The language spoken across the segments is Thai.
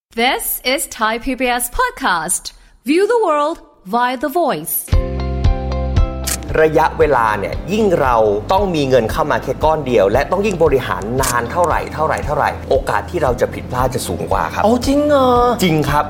This is Thai PBS podcast. View the world via the voice. ระยะเวลาเนี่ยยิ่งเราต้องมีเงินเข้ามาแค่ก้อนเดียวและต้องยิ่งบริหารนานเท่าไหร่โอกาสที่เราจะผิดพลาดจะสูงกว่าครับโอ้จริงเหรอจริงครับ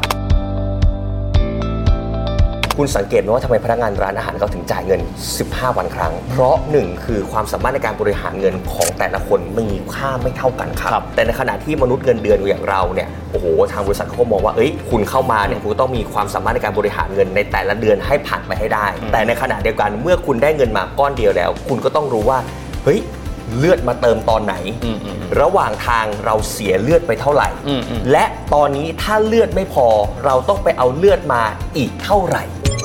คุณสังเกตไหมว่าทำไมพนักงานร้านอาหารเขาถึงจ่ายเงิน15วันครั้งเพราะ1คือความสามารถในการบริหารเงินของแต่ละคนมีค่าไม่เท่ากันครับแต่ในขณะที่มนุษย์เงินเดือนอย่างเราเนี่ยโอ้โหทางบริษัทเขามองว่าคุณเข้ามาเนี่ยคุณต้องมีความสามารถในการบริหารเงินในแต่ละเดือนให้ผ่านไปให้ได้แต่ในขณะเดียวกันเมื่อคุณได้เงินมาก้อนเดียวแล้วคุณก็ต้องรู้ว่าเลือดมาเติมตอนไหนระหว่างทางเราเสียเลือดไปเท่าไหร่และตอนนี้ถ้าเลือดไม่พอเราต้องไปเอาเลือดมาอีกเท่าไหร่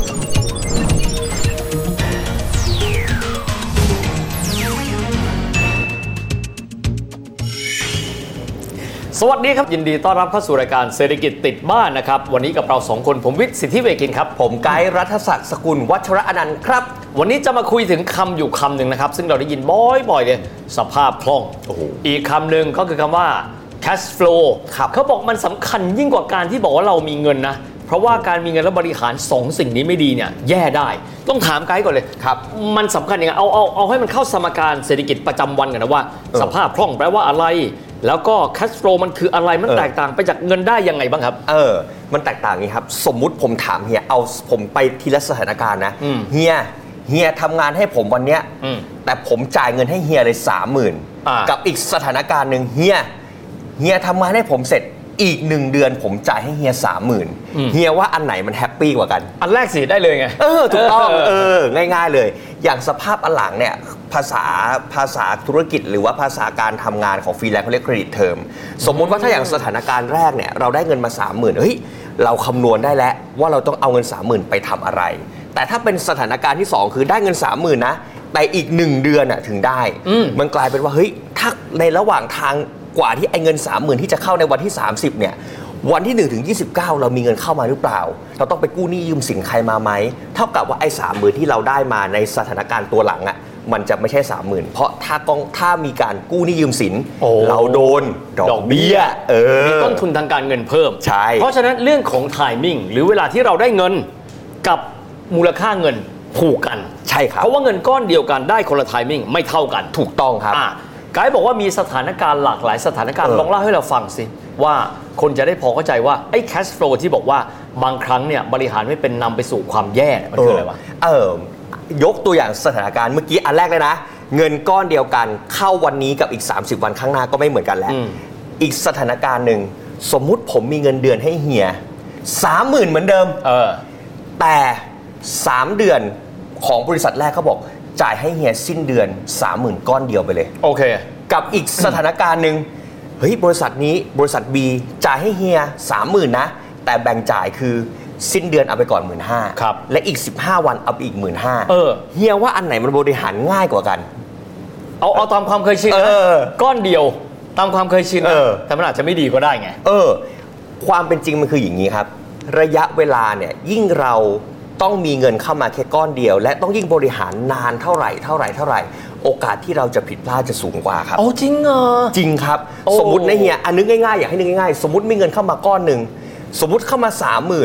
สวัสดีครับยินดีต้อนรับเข้าสู่รายการเศรษฐกิจติดบ้านนะครับวันนี้กับเรา2คนผมวิทย์สิทธิเวคินครับผมไกด์รัฐศักดิ์สกุลวัชระอนันต์ครับวันนี้จะมาคุยถึงคำอยู่คำหนึ่งนะครับซึ่งเราได้ยินบ่อยๆเลยสภาพคล่องอีกคำหนึ่งก็คือคำว่า cash flow เขาบอกมันสำคัญยิ่งกว่าการที่บอกว่าเรามีเงินนะเพราะว่าการมีเงินและบริหาร2สิ่งนี้ไม่ดีเนี่ยแย่ได้ต้องถามไกด์ก่อนเลยครับมันสำคัญยังไงเอาให้มันเข้าสมการเศรษฐกิจประจำวันกันนะว่าสภาพคล่องแปลว่าอะไรแล้วก็ cash flow มันคืออะไรมันแตกต่างไปจากเงินได้ยังไงบ้างครับมันแตกต่างนี้ครับสมมุติผมถามเฮียเอาผมไปทีละสถานการณ์นะเฮียทำงานให้ผมวันเนี้ยแต่ผมจ่ายเงินให้เฮียเลย 30,000 กับอีกสถานการณ์นึงเฮียทำงานให้ผมเสร็จอีก1เดือนผมจ่ายให้เฮีย 30,000 เฮียว่าอันไหนมันแฮปปี้กว่ากันอันแรกสิได้เลยไงถูกต้องง่ายๆเลยอย่างสภาพอันหลังเนี่ยภาษาธุรกิจหรือว่าภาษาการทำงานของฟรีแลนซ์เขาเรียกเครดิตเทอมสมมุติว่าถ้าอย่างสถานการณ์แรกเนี่ยเราได้เงินมา 30,000 เราคำนวณได้แล้วว่าเราต้องเอาเงิน 30,000 ไปทำอะไรแต่ถ้าเป็นสถานการณ์ที่2คือได้เงิน 30,000 นะแต่อีก1เดือนถึงได้มันกลายเป็นว่าถ้าในระหว่างทางกว่าที่ไอ้เงิน 30,000 ที่จะเข้าในวันที่30เนี่ยวันที่1ถึง29เรามีเงินเข้ามาหรือเปล่าเราต้องไปกู้หนี้ยืมสินใครมาไหมเท่ากับว่าไอ้ 30,000 ที่เราได้มาในสถานการณ์ตัวหลังมันจะไม่ใช่ 30,000 เพราะถ้ามีการกู้หนี้ยืมสินเราโดนดอกเบี้ยมีต้นทุนทางการเงินเพิ่มใช่เพราะฉะนั้นเรื่องของ timing หรือเวลาที่เราได้เงินกับมูลค่าเงินผูกกันใช่ครับเพราะว่าเงินก้อนเดียวกันได้คนละ timing ไม่เท่ากันถูกต้องครับไกด์บอกว่ามีสถานการณ์หลากหลายสถานการณ์ลองเล่าให้เราฟังสิว่าคนจะได้พอเข้าใจว่าไอ้ cash flow ที่บอกว่าบางครั้งเนี่ยบริหารไม่เป็นนำไปสู่ความแย่มันคืออะไรวะยกตัวอย่างสถานการณ์เมื่อกี้อันแรกเลยนะเงินก้อนเดียวกันเข้าวันนี้กับอีก30วันข้างหน้าก็ไม่เหมือนกันแล้วอีกสถานการณ์หนึ่งสมมุติผมมีเงินเดือนให้เฮีย 30,000 เหมือนเดิมแต่3เดือนของบริษัทแรกเขาบอกจ่ายให้เฮียสิ้นเดือน 30,000 ก้อนเดียวไปเลยโอเคกับอีกสถานการณ์นึงบริษัทนี้บริษัท B จ่ายให้เฮีย 30,000 นะแต่แบ่งจ่ายคือสิ้นเดือนเอาไปก่อน 15,000 ครับและอีก15วันเอาไปอีก 15,000 เฮียว่าอันไหนมันบริหารง่ายกว่ากันเอาตามความเคยชินก้อนเดียวตามความเคยชินแต่มันอาจจะไม่ดีก็ได้ไงความเป็นจริงมันคืออย่างนี้ครับระยะเวลาเนี่ยยิ่งเราต้องมีเงินเข้ามาแค่ก้อนเดียวและต้องยิ่งบริหารนานเท่าไหร่โอกาสที่เราจะผิดพลาดจะสูงกว่าครับจริงเหรอจริงครับสมมุตินะเฮียนึกง่ายๆอยากให้นึกง่ายๆสมมุติมีเงินเข้ามาก้อนนึงสมมุติเข้ามา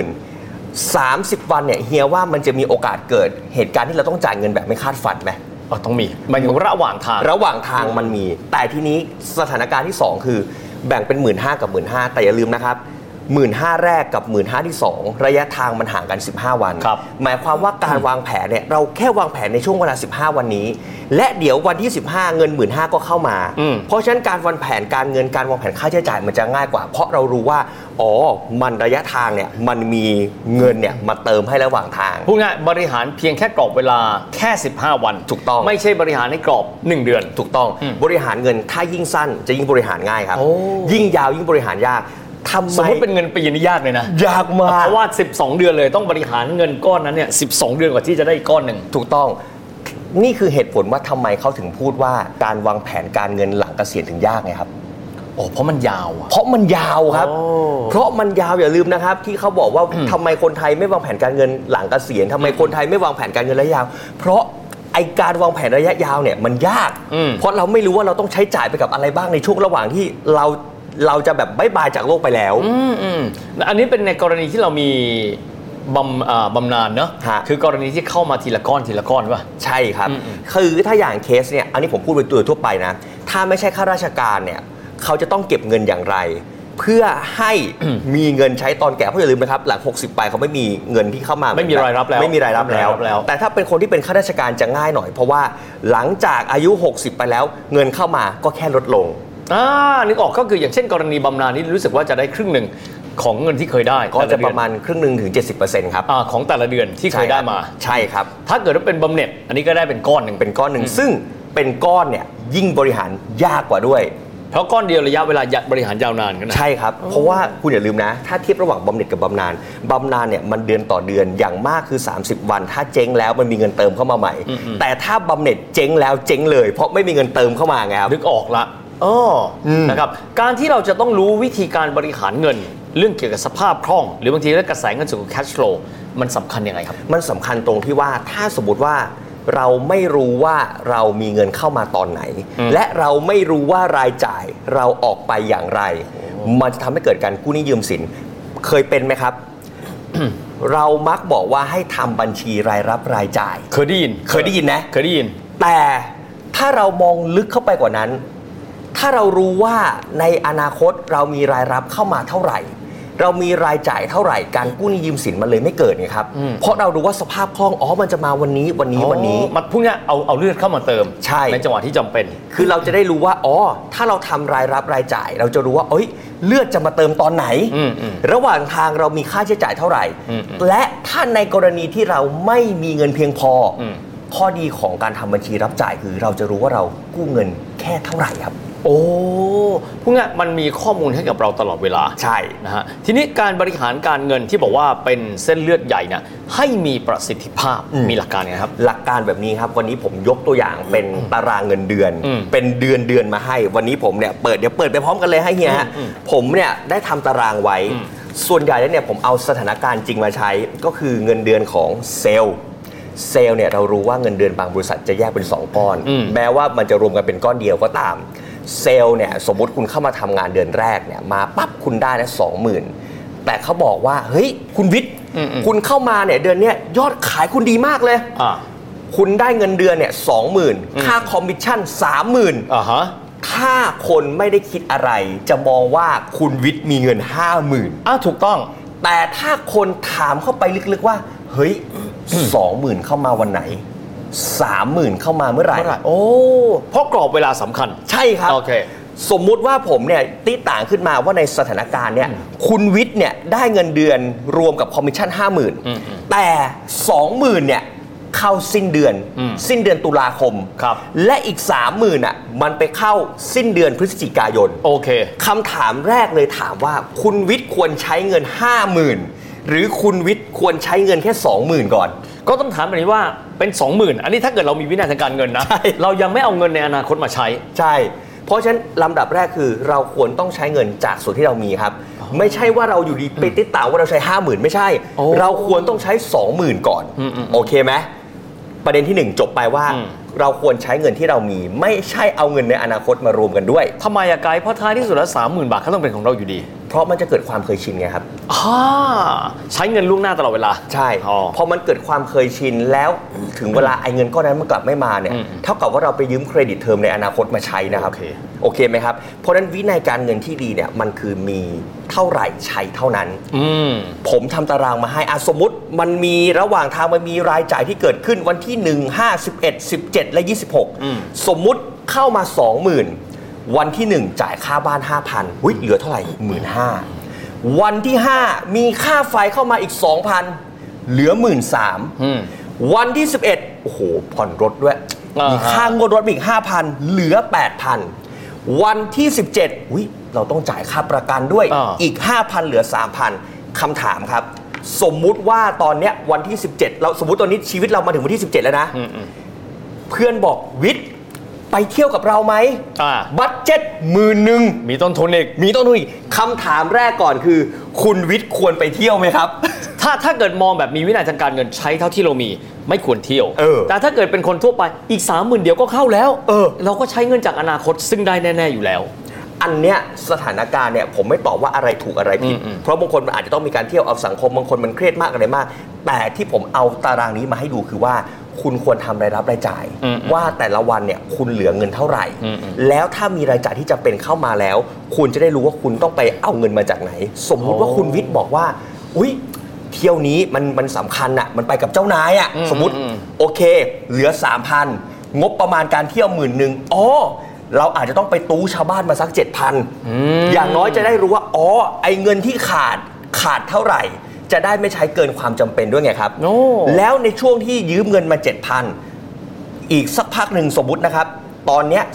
30,000 30วันเนี่ยเฮียว่ามันจะมีโอกาสเกิดเหตุการณ์ที่เราต้องจ่ายเงินแบบไม่คาดฝันไหมต้องมีหมายถึงระหว่างทางมันมีแต่ทีนี้สถานการณ์ที่2คือแบ่งเป็น 15,000 กับ 15,000 แต่อย่าลืมนะครับ15,000 แรกกับ 15,000 ที่2ระยะทางมันห่างกัน15วันหมายความว่าการวางแผนเนี่ยเราแค่วางแผนในช่วงเวลา15วันนี้และเดี๋ยววันที่15เงิน 15,000 ก็เข้ามาเพราะฉะนั้นการวางแผนการเงินการวางแผนค่าใช้จ่ายมันจะง่ายกว่าเพราะเรารู้ว่ามันระยะทางเนี่ยมันมีเงินเนี่ยมาเติมให้ระหว่างทางพูดง่ายบริหารเพียงแค่กรอบเวลาแค่15วันถูกต้องไม่ใช่บริหารในกรอบ1เดือนถูกต้องบริหารเงินถ้ายิ่งสั้นจะยิ่งบริหารง่ายครับยิ่งยาวยิ่งบริหารยากสมมติเป็นเงินปีนี่ยากเลยนะยากมากเพราะว่า12เดือนเลยต้องบริหารเงินก้อนนั้นเนี่ย12เดือนกว่าที่จะได้ก้อนนึงถูกต้องนี่คือเหตุผลว่าทำไมเขาถึงพูดว่าการวางแผนการเงินหลังเกษียณถึงยากไงครับเพราะมันยาวเพราะมันยาวครับเพราะมันยาวอย่าลืมนะครับที่เขาบอกว่าทำไมคนไทยไม่วางแผนการเงินหลังเกษียณทำไมคนไทยไม่วางแผนการเงินระยะยาวเพราะไอการวางแผนระยะยาวเนี่ยมันยากเพราะเราไม่รู้ว่าเราต้องใช้จ่ายไปกับอะไรบ้างในช่วงระหว่างที่เราเราจะแบบบ๊ายบายจากโลกไปแล้วอันนี้เป็นในกรณีที่เรามีบำนาญเนอะคือกรณีที่เข้ามาทีละก้อนป่ะใช่ครับคือถ้าอย่างเคสเนี่ยอันนี้ผมพูดเป็นตัวทั่วไปนะถ้าไม่ใช่ข้าราชการเนี่ยเขาจะต้องเก็บเงินอย่างไรเพื่อให้มีเงินใช้ตอนแก่เพราะอย่าลืมนะครับหลัง60ไปเขาไม่มีเงินที่เข้ามาไม่มีรายรับแล้วแต่ถ้าเป็นคนที่เป็นข้าราชการจะง่ายหน่อยเพราะว่าหลังจากอายุ60ไปแล้วเงินเข้ามาก็แค่ลดลงนึกออกก็คืออย่างเช่นกรณีบำนาญนี่รู้สึกว่าจะได้ครึ่งหนึ่งของเงินที่เคยได้ก็จะประมาณครึ่งนึงถึง 70% ครับของแต่ละเดือนที่เคยได้มาใช่ครับถ้าเกิดว่าเป็นบำเหน็จอันนี้ก็ได้เป็นก้อนหนึ่งซึ่งเป็นก้อนเนี่ยยิ่งบริหารยากกว่าด้วยเพราะก้อนเดียวระยะเวลาบริหารยาวนานกันนะใช่ครับเพราะว่าคุณอย่าลืมนะถ้าเทียบระหว่างบำเหน็จกับบำนาญเนี่ยมันเดือนต่อเดือนอย่างมากคือ30วันถ้าเจ๊งแล้วมันมีเงินเติมเข้ามาใหม่แต่ถ้าบำเหน็จเจ๊งแล้วเจ๊งเลยเพราะไม่มีเงินเติมเข้ามาไงครับนึกออกละนะครับการที่เราจะต้องรู้วิธีการบริหารเงินเรื่องเกี่ยวกับสภาพคล่องหรือบางทีเรื่องกระแสเงินสู่ cash flow มันสำคัญยังไงครับมันสำคัญตรงที่ว่าถ้าสมมติว่าเราไม่รู้ว่าเรามีเงินเข้ามาตอนไหนและเราไม่รู้ว่ารายจ่ายเราออกไปอย่างไรมันจะทำให้เกิดการกู้หนี้ยืมสินเคยเป็นไหมครับ เรามักบอกว่าให้ทำบัญชีรายรับรายจ่ายเคยได้ยินนะเคยได้ยินแต่ถ้าเรามองลึกเข้าไปกว่านั้นถ้าเรารู้ว่าในอนาคตเรามีรายรับเข้ามาเท่าไหร่เรามีรายจ่ายเท่าไหร่การกู้หนี้ยืมสินมันเลยไม่เกิดไงครับเพราะเรารู้ว่าสภาพคล่องมันจะมาวันนี้มันพวกนี้เอาเลือดเข้ามาเติมในจังหวะที่จำเป็นคือเราจะได้รู้ว่าถ้าเราทำรายรับรายจ่ายเราจะรู้ว่าเลือดจะมาเติมตอนไหนระหว่างทางเรามีค่าใช้จ่ายเท่าไหร่และถ้าในกรณีที่เราไม่มีเงินเพียงพอข้อดีของการทำบัญชีรับจ่ายคือเราจะรู้ว่าเรากู้เงินแค่เท่าไหร่ครับพวกนี้มันมีข้อมูลให้กับเราตลอดเวลาใช่นะฮะทีนี้การบริหารการเงินที่บอกว่าเป็นเส้นเลือดใหญ่นะให้มีประสิทธิภาพมีหลักการไงครับหลักการแบบนี้ครับวันนี้ผมยกตัวอย่างเป็นตารางเงินเดือนเป็นเดือนมาให้วันนี้ผมเนี่ยเดี๋ยวเปิดไปพร้อมกันเลยให้เฮียฮะผมเนี่ยได้ทำตารางไว้ส่วนใหญ่แล้วเนี่ยผมเอาสถานการณ์จริงมาใช้ก็คือเงินเดือนของเซลล์เนี่ยเรารู้ว่าเงินเดือนบางบริษัทจะแยกเป็น2ก้อนแม้ว่ามันจะรวมกันเป็นก้อนเดียวก็ตามเซลล์เนี่ยสมมติคุณเข้ามาทำงานเดือนแรกเนี่ยมาปั๊บคุณได้แล้ว20,000แต่เขาบอกว่าเฮ้ยคุณวิทย์คุณเข้ามาเนี่ยเดือนนี้ยอดขายคุณดีมากเลยคุณได้เงินเดือนเนี่ย20,000ค่าคอมมิชชั่น30,000ถ้าคนไม่ได้คิดอะไรจะมองว่าคุณวิทย์มีเงิน50,000 ถูกต้องแต่ถ้าคนถามเข้าไปลึกๆว่าเฮ้ย20,000เข้ามาวันไหน30,000เข้ามาเมื่อไหร่เพราะกรอบเวลาสำคัญใช่ครับสมมุติว่าผมเนี่ยตีต่างขึ้นมาว่าในสถานการณ์เนี่ยคุณวิทย์เนี่ยได้เงินเดือนรวมกับคอมมิชชั่น50,000แต่20,000เนี่ยเข้าสิ้นเดือนตุลาคมและอีก30,000อ่ะมันไปเข้าสิ้นเดือนพฤศจิกายนคำถามแรกเลยถามว่าคุณวิทย์ควรใช้เงิน50,000หรือคุณวิทย์ควรใช้เงินแค่20,000ก่อนก็ต้องถามแบบนี้ว่าเป็น 20,000 อันนี้ถ้าเกิดเรามีวินัยทางการเงินนะเรายังไม่เอาเงินในอนาคตมาใช้ใช่เพราะฉะนั้นลำดับแรกคือเราควรต้องใช้เงินจากส่วนที่เรามีครับไม่ใช่ว่าเราอยู่ดีไปติดต่างว่าเราใช้ 50,000 ไม่ใช่เราควรต้องใช้ 20,000 ก่อนโอเคไหมประเด็นที่1จบไปว่าเราควรใช้เงินที่เรามีไม่ใช่เอาเงินในอนาคตมารวมกันด้วยทำไมไกด์เพราะท้ายที่สุดแล้ว 30,000 บาทก็ต้องเป็นของเราอยู่ดีเพราะมันจะเกิดความเคยชินไงครับใช้เงินล่วงหน้าตลอดเวลาใช่พอมันเกิดความเคยชินแล้วถึงเวลาไอ้เงินก้อนนั้นมันกลับไม่มาเนี่ยเท่ากับว่าเราไปยืมเครดิตเทอมในอนาคตมาใช้นะครับโอเคไหมครับเพราะฉะนั้นวินัยการเงินที่ดีเนี่ยมันคือมีเท่าไหร่ใช้เท่านั้นผมทำตารางมาให้สมมติมันมีระหว่างทางมันมีรายจ่ายที่เกิดขึ้นวันที่1 5 11 17และ26สมมุติเข้ามา 20,000วันที่1จ่ายค่าบ้าน 5,000 เหลือเท่าไหร่ 15,000 วันที่5มีค่าไฟเข้ามาอีก 2,000 เหลือ 13,000 วันที่11โอ้โหผ่อนรถด้วยมีค่างวดรถอีก 5,000 เหลือ 8,000 วันที่17เราต้องจ่ายค่าประกันด้วยอีก 5,000 เหลือ 3,000 คำถามครับสมมุติว่าตอนเนี้ยวันที่17เราสมมุติตอนนี้ชีวิตเรามาถึงวันที่17แล้วนะเพื่อนบอกวิทย์ไปเที่ยวกับเราไหมบัดเจ็ต10,000 มีต้นทุนอีกคำถามแรกก่อนคือคุณวิทย์ควรไปเที่ยวไหมครับถ้าเกิดมองแบบมีวินัยทางการเงินใช้เท่าที่เรามีไม่ควรเที่ยวแต่ถ้าเกิดเป็นคนทั่วไปอีก 30,000 เดี๋ยวก็เข้าแล้วเราก็ใช้เงินจากอนาคตซึ่งได้แน่ๆอยู่แล้วอันเนี้ยสถานการณ์เนี่ยผมไม่ตอบว่าอะไรถูกอะไรผิดเพราะบางคนมันอาจจะต้องมีการเที่ยวเอาสังคมบางคนมันเครียดมากอะไรมากแต่ที่ผมเอาตารางนี้มาให้ดูคือว่าคุณควรทำรายรับรายจ่ายว่าแต่ละวันเนี่ยคุณเหลือเงินเท่าไหร่แล้วถ้ามีรายจ่ายที่จะเป็นเข้ามาแล้วคุณจะได้รู้ว่าคุณต้องไปเอาเงินมาจากไหนสมมุติว่าคุณวิทย์บอกว่าอุ๊ยเที่ยวนี้มันสำคัญอ่ะมันไปกับเจ้านายอ่ะสมมุติโอเคเหลือ 3,000 งบประมาณการเที่ยว 10,000 อ๋อเราอาจจะต้องไปตู้ชาวบ้านมาสัก 7,000 อย่างน้อยจะได้รู้ว่าอ๋อไอ้เงินที่ขาดเท่าไหร่จะได้ไม่ใช้เกินความจำเป็นด้วยไงครับ แล้วในช่วงที่ยืมเงินมา 7,000 อีกสักพักหนึ่งสมมุตินะครับตอนเนี้ย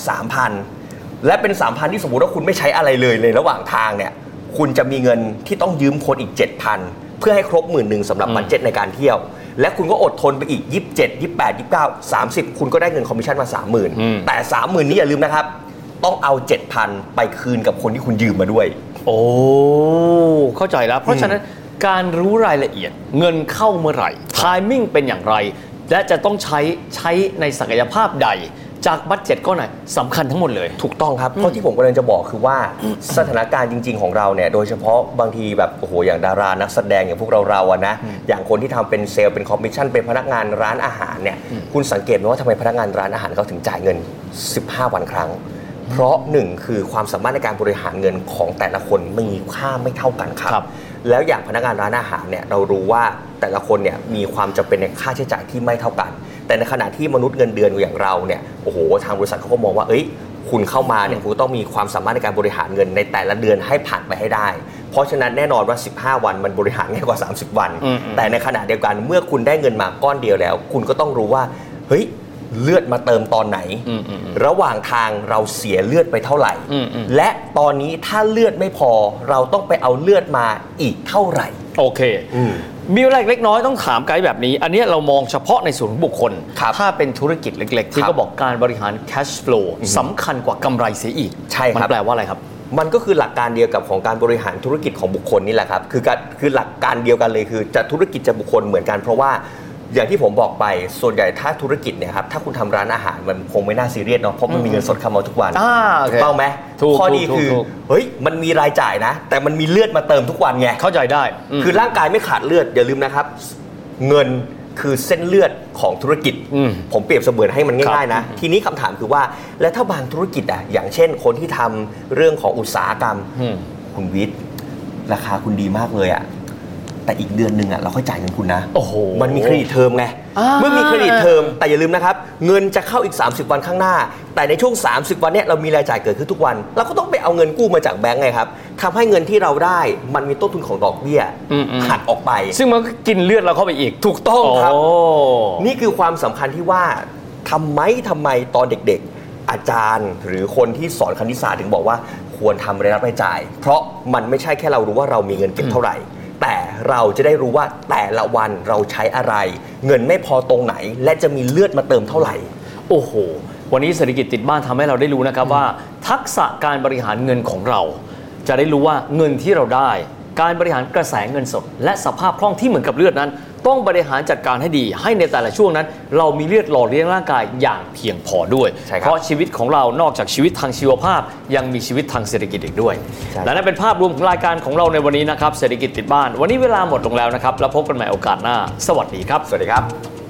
3,000 และเป็น 3,000 ที่สมมุติว่าคุณไม่ใช้อะไรเลยในระหว่างทางเนี่ยคุณจะมีเงินที่ต้องยืมคนอีก 7,000 เพื่อให้ครบ 10,000 สำหรับบัดเจ็ตในการเที่ยวและคุณก็อดทนไปอีก27 28 29 30คุณก็ได้เงินคอมมิชชั่นมา 30,000 แต่ 30,000 นี้อย่าลืมนะครับต้องเอา 7,000 ไปคืนกับคนที่คุณยืมมาด้วยโอ้เข้าใจแล้วเพราะฉะนั้นการรู้รายละเอียดเงินเข้าเมื่อไหร่ไทมิ่งเป็นอย่างไรและจะต้องใช้ในศักยภาพใดจากบัดเจ็ตก้อนไหนสำคัญทั้งหมดเลยถูกต้องครับเพราะที่ผมกำลังจะบอกคือว่าสถานการณ์จริงๆของเราเนี่ยโดยเฉพาะบางทีแบบโอ้โหอย่างดารานักแสดงอย่างพวกเราอะนะอย่างคนที่ทำเป็นเซลล์เป็นคอมมิชชั่นเป็นพนักงานร้านอาหารเนี่ยคุณสังเกตไหมว่าทำไมพนักงานร้านอาหารเขาถึงจ่ายเงิน15 วันครั้งเพราะ1คือความสามารถในการบริหารเงินของแต่ละคนมีค่าไม่เท่ากันครับแล้วอย่างพนักงานร้านอาหารเนี่ยเรารู้ว่าแต่ละคนเนี่ยมีความจำเป็นในค่าใช้จ่ายที่ไม่เท่ากันแต่ในขณะที่มนุษย์เงินเดือนอย่างเราเนี่ยโอ้โหทางบริษัทเขาก็มองว่าคุณเข้ามาเนี่ยคุณต้องมีความสามารถในการบริหารเงินในแต่ละเดือนให้ผ่านไปให้ได้เพราะฉะนั้นแน่นอนว่า15 วันมันบริหารง่ายกว่า30 วันแต่ในขณะเดียวกันเมื่อคุณได้เงินมาก้อนเดียวแล้วคุณก็ต้องรู้ว่าเฮ้ยเลือดมาเติมตอนไหนระหว่างทางเราเสียเลือดไปเท่าไหร่และตอนนี้ถ้าเลือดไม่พอเราต้องไปเอาเลือดมาอีกเท่าไหร่โอเคมีอะไรเล็กน้อยต้องถามไกด์แบบนี้อันนี้เรามองเฉพาะในส่วนของบุคคลถ้าเป็นธุรกิจเล็กๆที่ก็บอกการบริหาร cash flow สำคัญกว่ากำไรเสียอีกใช่ครับมันแปลว่าอะไรครับมันก็คือหลักการเดียวกับของการบริหารธุรกิจของบุคคลนี่แหละครับคือหลักการเดียวกันเลยคือจะธุรกิจจะบุคคลเหมือนกันเพราะว่าอย่างที่ผมบอกไปส่วนใหญ่ถ้าธุรกิจเนี่ยครับถ้าคุณทำร้านอาหารมันคงไม่น่าซีเรียสเนาะเพราะมันมีเงินสดเข้ามาทุกวันถูกต้องไหมข้อดีคือเฮ้ยมันมีรายจ่ายนะแต่มันมีเลือดมาเติมทุกวันไงเข้าใจได้คือร่างกายไม่ขาดเลือดอย่าลืมนะครับเงินคือเส้นเลือดของธุรกิจผมเปรียบเสมือนให้มันง่ายๆนะทีนี้คำถามคือว่าแล้วถ้าบางธุรกิจอ่ะอย่างเช่นคนที่ทำเรื่องของอุตสาหกรรมคุณวิทย์ราคาคุณดีมากเลยอ่ะแต่อีกเดือนนึงอ่ะเราค่อยจ่ายเงินคุณนะโอ้โหมันมีเครดิตเทอมไงเมื่อมีเครดิตเทอมแต่อย่าลืมนะครับเงินจะเข้าอีก30 วันข้างหน้าแต่ในช่วง30 วันเนี้ยเรามีรายจ่ายเกิดขึ้นทุกวันเราก็ต้องไปเอาเงินกู้มาจากแบงก์ไงครับทำให้เงินที่เราได้มันมีต้นทุนของดอกเบี้ยหักออกไปซึ่งมันก็กินเลือดเราเข้าไปอีกถูกต้องครับนี่คือความสำคัญที่ว่าทำไมตอนเด็กๆอาจารย์หรือคนที่สอนคณิตศาสตร์ถึงบอกว่าควรทำรายรับรายจ่ายเพราะมันไม่ใช่แค่เรารู้ว่าเรามีเงินเก็บเท่าไหร่แต่เราจะได้รู้ว่าแต่ละวันเราใช้อะไรเงินไม่พอตรงไหนและจะมีเลือดมาเติมเท่าไหร่โอ้โหวันนี้เศรษฐกิจติดบ้านทำให้เราได้รู้นะครับว่าทักษะการบริหารเงินของเราจะได้รู้ว่าเงินที่เราได้การบริหารกระแสเงินสดและสภาพคล่องที่เหมือนกับเลือดนั้นต้องบริหารจัดการให้ดีให้ในแต่ละช่วงนั้นเรามีเลือดหล่อเลี้ยงร่างกายอย่างเพียงพอด้วยเพราะชีวิตของเรานอกจากชีวิตทางชีวภาพยังมีชีวิตทางเศรษฐกิจอีกด้วยและนั่นเป็นภาพรวมของรายการของเราในวันนี้นะครับเศรษฐกิจติดบ้านวันนี้เวลาหมดลงแล้วนะครับแล้วพบกันใหม่โอกาสหน้าสวัสดีครับสวัสดีครับ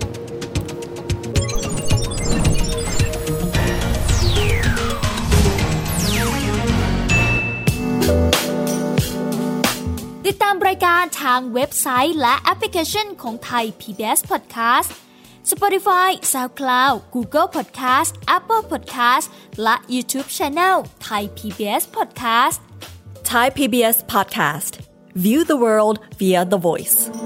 ติดตามรายการทางเว็บไซต์และแอปพลิเคชันของไทย PBS Podcast Spotify SoundCloud Google Podcast Apple Podcast และ YouTube Channel Thai PBS Podcast Thai PBS Podcast View the world via the voice